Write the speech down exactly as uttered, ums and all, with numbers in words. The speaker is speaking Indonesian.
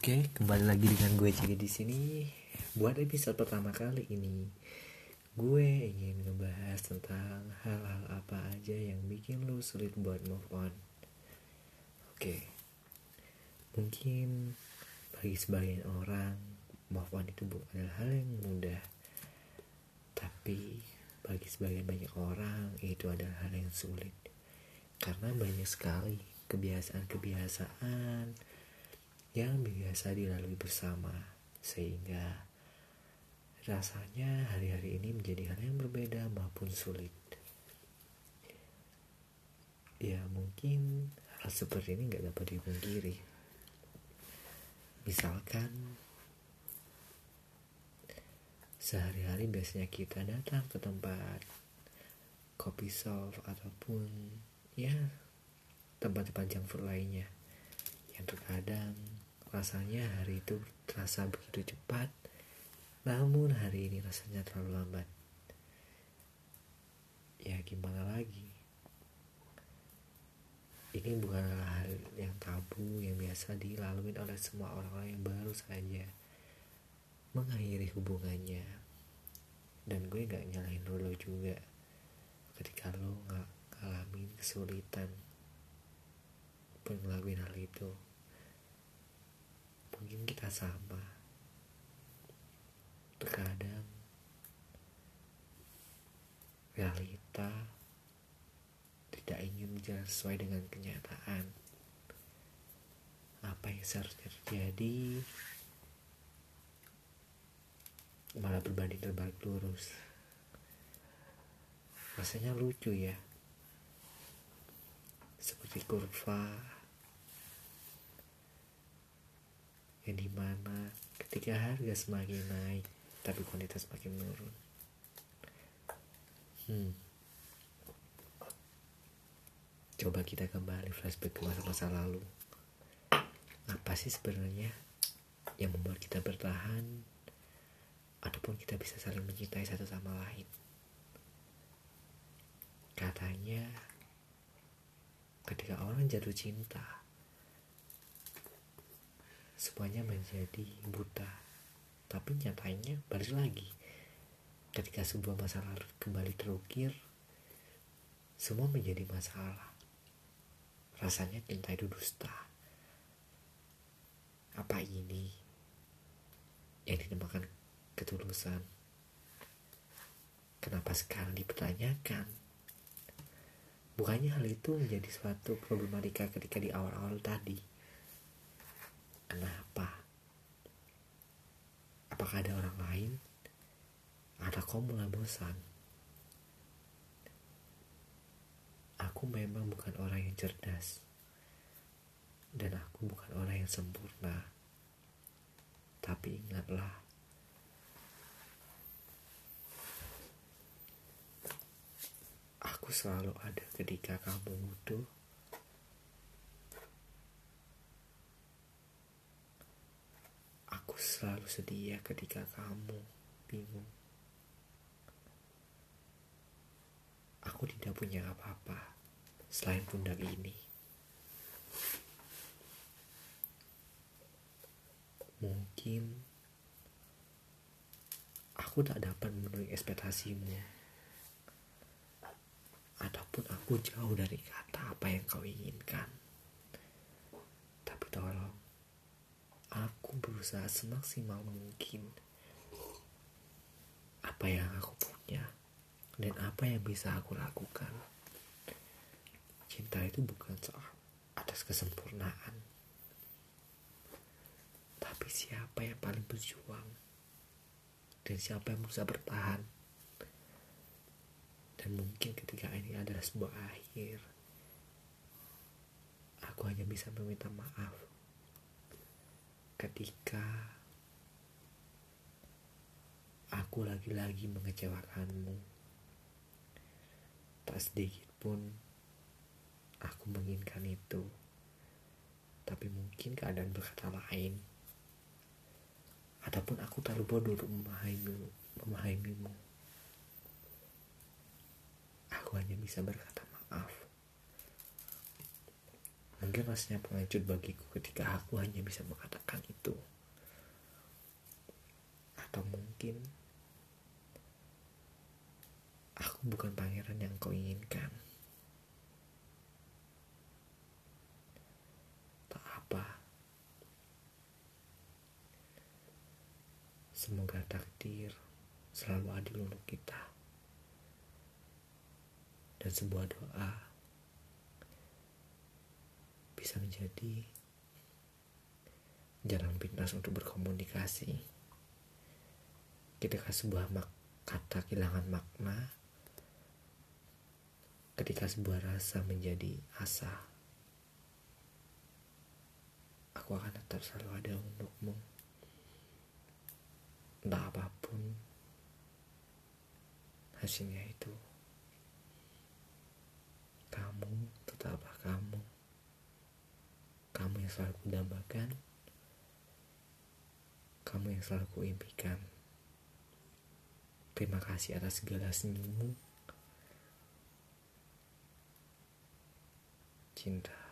Oke, kembali lagi dengan gue Cigi di sini. Buat episode pertama kali ini, gue ingin ngebahas tentang hal-hal apa aja yang bikin lo sulit buat move on. Oke, mungkin bagi sebagian orang move on itu bukan hal yang mudah, tapi bagi sebagian banyak orang itu adalah hal yang sulit karena banyak sekali kebiasaan-kebiasaan yang biasa dilalui bersama, sehingga rasanya hari-hari ini menjadi hal yang berbeda maupun sulit. Ya mungkin hal seperti ini gak dapat dipungkiri. Misalkan sehari-hari biasanya kita datang ke tempat kopi shop ataupun ya tempat-tempat junk food lainnya, yang terkadang rasanya hari itu terasa begitu cepat, namun hari ini rasanya terlalu lambat. Ya gimana lagi? Ini bukanlah hal yang tabu yang biasa dilalui oleh semua orang-orang yang baru saja mengakhiri hubungannya. Dan gue gak nyalahin lo juga ketika lo gak ngalamin kesulitan untuk ngelakuin hal itu. Mungkin kita sama. Terkadang realita tidak ingin berjalan sesuai dengan kenyataan. Apa yang seharusnya terjadi malah berbanding terbalik lurus. Rasanya lucu ya, seperti kurva yang dimana ketika harga semakin naik tapi kualitas semakin menurun. Hmm. Coba kita kembali flashback ke masa-masa lalu. Apa sih sebenarnya yang membuat kita bertahan ataupun kita bisa saling mencintai satu sama lain? Katanya ketika orang jatuh cinta, semuanya menjadi buta. Tapi nyatanya balik lagi, ketika sebuah masa lalu kembali terukir, semua menjadi masalah. Rasanya cinta itu dusta. Apa ini yang dinamakan ketulusan? Kenapa sekarang dipertanyakan? Bukannya hal itu menjadi suatu problematika ketika di awal-awal tadi. Kenapa? Apakah ada orang lain? Atau kau mulai bosan? Aku memang bukan orang yang cerdas, dan aku bukan orang yang sempurna. Tapi ingatlah, aku selalu ada ketika kamu butuh. Aku selalu sedia ketika kamu bingung. Aku tidak punya apa-apa selain pundak ini. Mungkin aku tak dapat memenuhi ekspektasimu, ataupun aku jauh dari kata apa yang kau inginkan. Tapi tolong, aku berusaha semaksimal mungkin apa yang aku punya dan apa yang bisa aku lakukan. Cinta itu bukan soal atas kesempurnaan, tapi siapa yang paling berjuang dan siapa yang berusaha bertahan. Dan mungkin ketika ini adalah sebuah akhir, aku hanya bisa meminta maaf ketika aku lagi-lagi mengecewakanmu. Tak sedikit pun aku menginginkan itu, tapi mungkin keadaan berkata lain, ataupun aku terlalu bodoh untuk memahamimu, memahamimu. Aku hanya bisa berkata maaf. Mungkin rasanya pengecut bagiku ketika aku hanya bisa mengatakan itu. Atau mungkin aku bukan pangeran yang kau inginkan. Tak apa. Semoga takdir selalu adil untuk kita. Dan sebuah doa bisa menjadi jalan pintas untuk berkomunikasi. Ketika sebuah mak- kata kehilangan makna, ketika sebuah rasa menjadi asa, aku akan tetap selalu ada untukmu. Entah apapun hasilnya itu, kamu tetaplah kamu. Kamu yang selalu kudambakan, kamu yang selalu kuimpikan. Terima kasih atas segala senyummu. Cinta.